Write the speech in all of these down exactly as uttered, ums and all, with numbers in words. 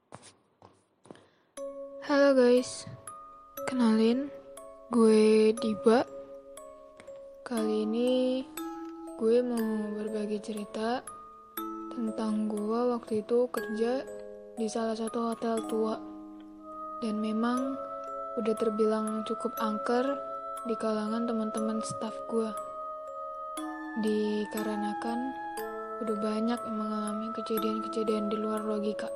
Halo guys, kenalin, gue Diba. Kali ini gue mau berbagi cerita tentang gue waktu itu kerja di salah satu hotel tua. Dan memang udah terbilang cukup angker di kalangan teman-teman staf gue. Dikarenakan udah banyak yang mengalami kejadian-kejadian di luar logika.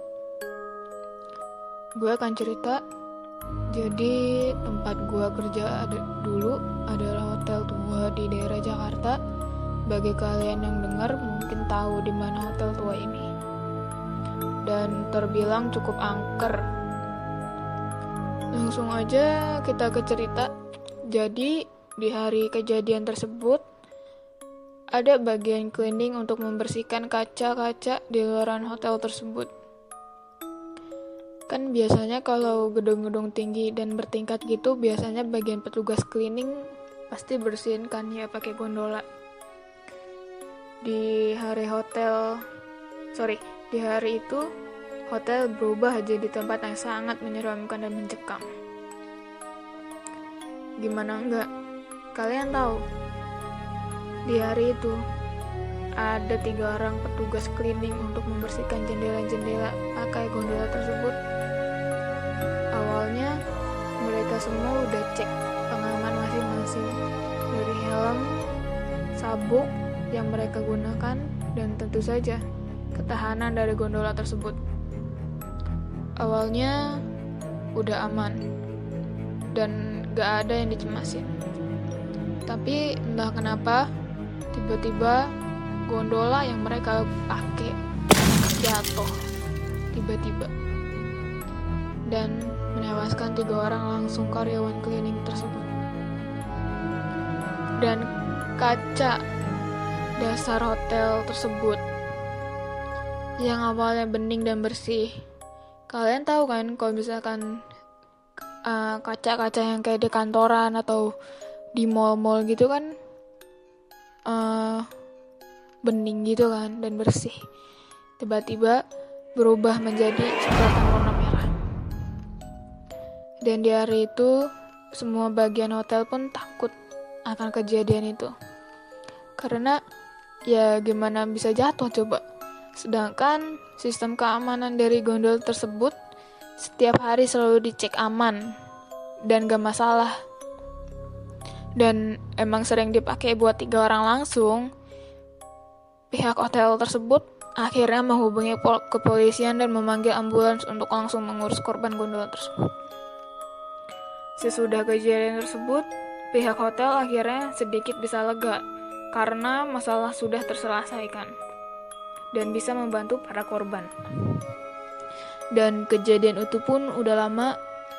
Gue akan cerita. Jadi tempat gue kerja ada, dulu adalah hotel tua di daerah Jakarta. Bagi kalian yang dengar mungkin tahu di mana hotel tua ini. Dan terbilang cukup angker. Langsung aja kita ke cerita. Jadi di hari kejadian tersebut ada bagian cleaning untuk membersihkan kaca-kaca di luaran hotel tersebut. Kan biasanya kalau gedung-gedung tinggi dan bertingkat gitu, biasanya bagian petugas cleaning pasti bersihin kan ya pakai gondola. Di hari hotel, sorry, di hari itu hotel berubah jadi tempat yang sangat menyeramkan dan mencekam. Gimana enggak? Kalian tahu, di hari itu ada tiga orang petugas cleaning untuk membersihkan jendela-jendela pakai gondola tersebut. Awalnya mereka semua udah cek pengaman masing-masing, dari helm, sabuk yang mereka gunakan, dan tentu saja ketahanan dari gondola tersebut. Awalnya udah aman dan gak ada yang dicemasin. Tapi entah kenapa tiba-tiba gondola yang mereka pakai jatuh tiba-tiba dan menewaskan tiga orang langsung karyawan cleaning tersebut. Dan kaca dasar hotel tersebut yang awalnya bening dan bersih, kalian tahu kan kalau misalkan uh, kaca-kaca yang kayak di kantoran atau di mall-mall gitu kan uh, bening gitu kan dan bersih, tiba-tiba berubah menjadi coklatan warna merah. Dan di hari itu semua bagian hotel pun takut akan kejadian itu, karena ya gimana bisa jatuh coba, sedangkan sistem keamanan dari gondol tersebut setiap hari selalu dicek aman dan gak masalah, dan emang sering dipakai buat tiga orang langsung. Pihak hotel tersebut akhirnya menghubungi pol- kepolisian dan memanggil ambulans untuk langsung mengurus korban gondola tersebut. Sesudah kejadian tersebut, pihak hotel akhirnya sedikit bisa lega karena masalah sudah terselesaikan dan bisa membantu para korban. Dan kejadian itu pun udah lama,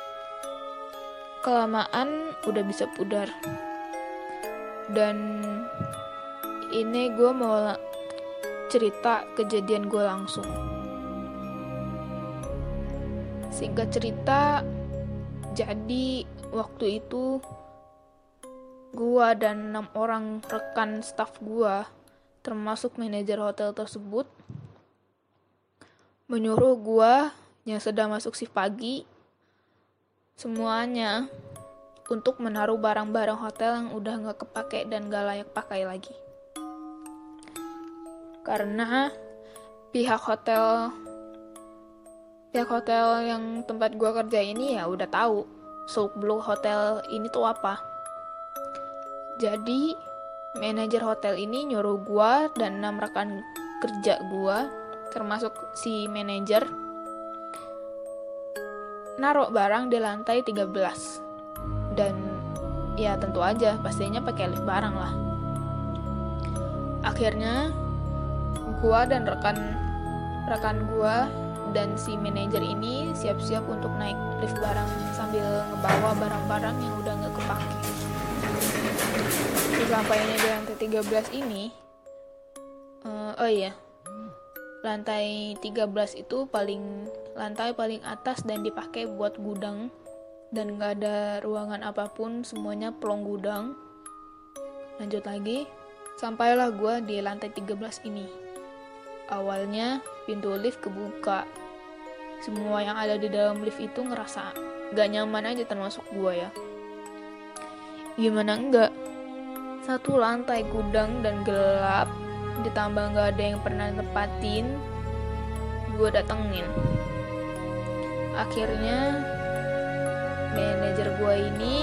kelamaan udah bisa pudar. Dan ini gue mau cerita kejadian gue langsung. Singkat cerita, jadi waktu itu gue dan enam orang rekan staf gue, termasuk manajer hotel tersebut, menyuruh gue yang sedang masuk shift pagi semuanya untuk menaruh barang-barang hotel yang udah gak kepake dan gak layak pakai lagi. Karena pihak hotel pihak hotel yang tempat gue kerja ini ya udah tahu seluk-beluk hotel ini tuh apa. Jadi manajer hotel ini nyuruh gue dan enam rekan kerja gue, termasuk si manajer, naruh barang di lantai tiga belas. Dan ya tentu aja pastinya pakai lift barang lah. Akhirnya gua dan rekan rekan gua dan si manajer ini siap-siap untuk naik lift barang sambil ngebawa barang-barang yang udah gak kepake. Sesampainya di lantai tiga belas ini, uh, oh iya, lantai tiga belas itu paling lantai paling atas dan dipakai buat gudang dan gak ada ruangan apapun, semuanya pelong gudang. Lanjut lagi, sampailah gua di lantai tiga belas ini. Awalnya pintu lift kebuka, semua yang ada di dalam lift itu ngerasa gak nyaman aja, termasuk gue ya. Gimana enggak, satu lantai gudang dan gelap, ditambah gak ada yang pernah nempatin, gue datengin. Akhirnya manajer gue ini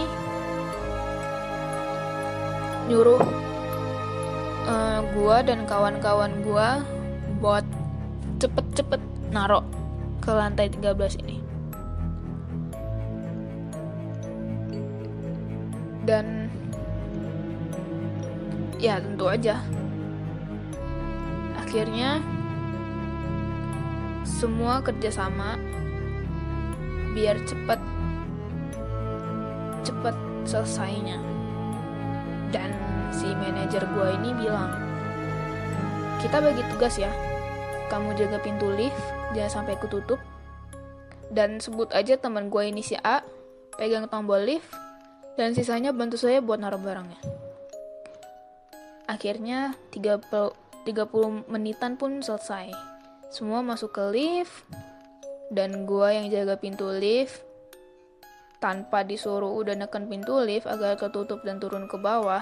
nyuruh uh, gue dan kawan-kawan gue buat cepet-cepet narok ke lantai tiga belas ini. Dan ya tentu aja akhirnya semua kerjasama biar cepet cepet selesainya. Dan si manajer gue ini bilang, kita bagi tugas ya, kamu jaga pintu lift jangan sampai ketutup, dan sebut aja teman gue ini si A pegang tombol lift, dan sisanya bantu saya buat naruh barangnya. Akhirnya tiga puluh menitan pun selesai, semua masuk ke lift, dan gue yang jaga pintu lift tanpa disuruh udah neken pintu lift agar ketutup dan turun ke bawah,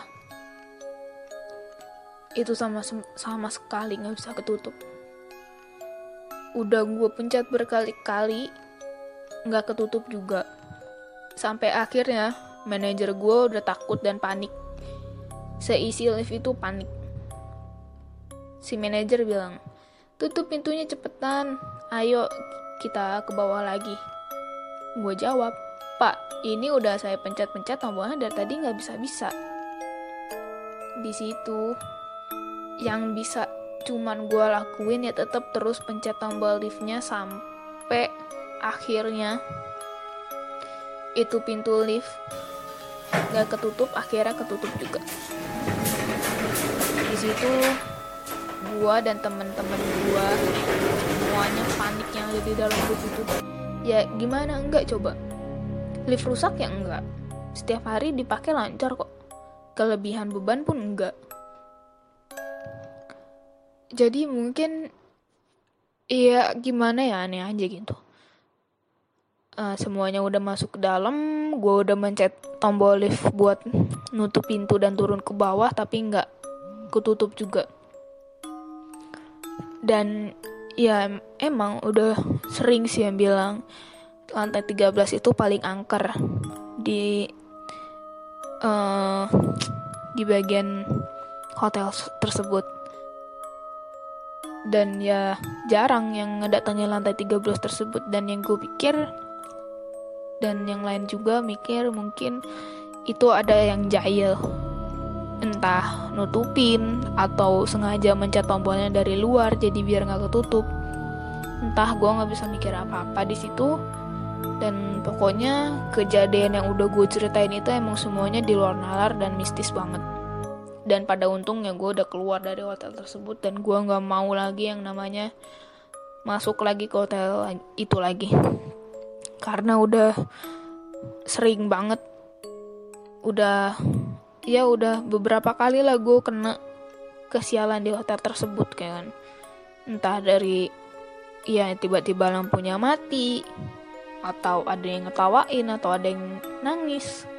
itu sama sama sekali nggak bisa ketutup. Udah gue pencet berkali-kali nggak ketutup juga, sampai akhirnya manajer gue udah takut dan panik. Seisi lift itu panik. Si manajer bilang, tutup pintunya cepetan, ayo kita ke bawah lagi. Gue jawab, Pak, ini udah saya pencet-pencet tombolnya dari tadi nggak bisa-bisa. Di situ yang bisa cuman gue lakuin ya tetap terus pencet tombol liftnya sampai akhirnya itu pintu lift nggak ketutup, akhirnya ketutup juga. Di situ gue dan temen-temen gue semuanya panik yang ada di dalam lift itu. Ya gimana enggak coba? Lift rusak ya enggak. Setiap hari dipakai lancar kok. Kelebihan beban pun enggak. Jadi mungkin ya gimana ya, aneh aja gitu. Uh, semuanya udah masuk ke dalam, gue udah mencet tombol lift buat nutup pintu dan turun ke bawah, tapi nggak ketutup juga. Dan ya emang udah sering sih yang bilang lantai tiga belas itu paling angker di uh, di bagian hotel tersebut. Dan ya jarang yang ngedatengin lantai tiga belas tersebut. Dan yang gue pikir, dan yang lain juga mikir, mungkin itu ada yang jahil, entah nutupin atau sengaja mencet tombolnya dari luar jadi biar nggak ketutup. Entah, gue nggak bisa mikir apa-apa di situ. Dan pokoknya kejadian yang udah gue ceritain itu emang semuanya di luar nalar dan mistis banget. Dan pada untungnya gue udah keluar dari hotel tersebut, dan gue nggak mau lagi yang namanya masuk lagi ke hotel itu lagi, karena udah sering banget, udah ya udah beberapa kali lah gue kena kesialan di hotel tersebut kayak kan. Entah dari ya tiba-tiba lampunya mati, atau ada yang ngetawain, atau ada yang nangis.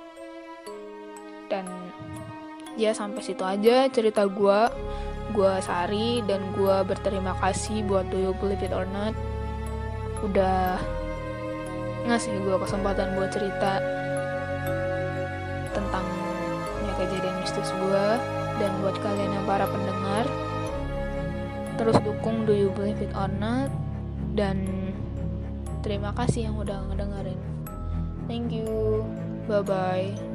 Dan ya sampai situ aja cerita gue. Gue Sari, dan gue berterima kasih buat Do You Believe It or Not udah ngasih gue kesempatan buat cerita tentang ya, kejadian mistis gue. Dan buat kalian yang para pendengar, terus dukung Do You Believe It or Not, dan terima kasih yang udah ngedengerin. Thank you, bye bye.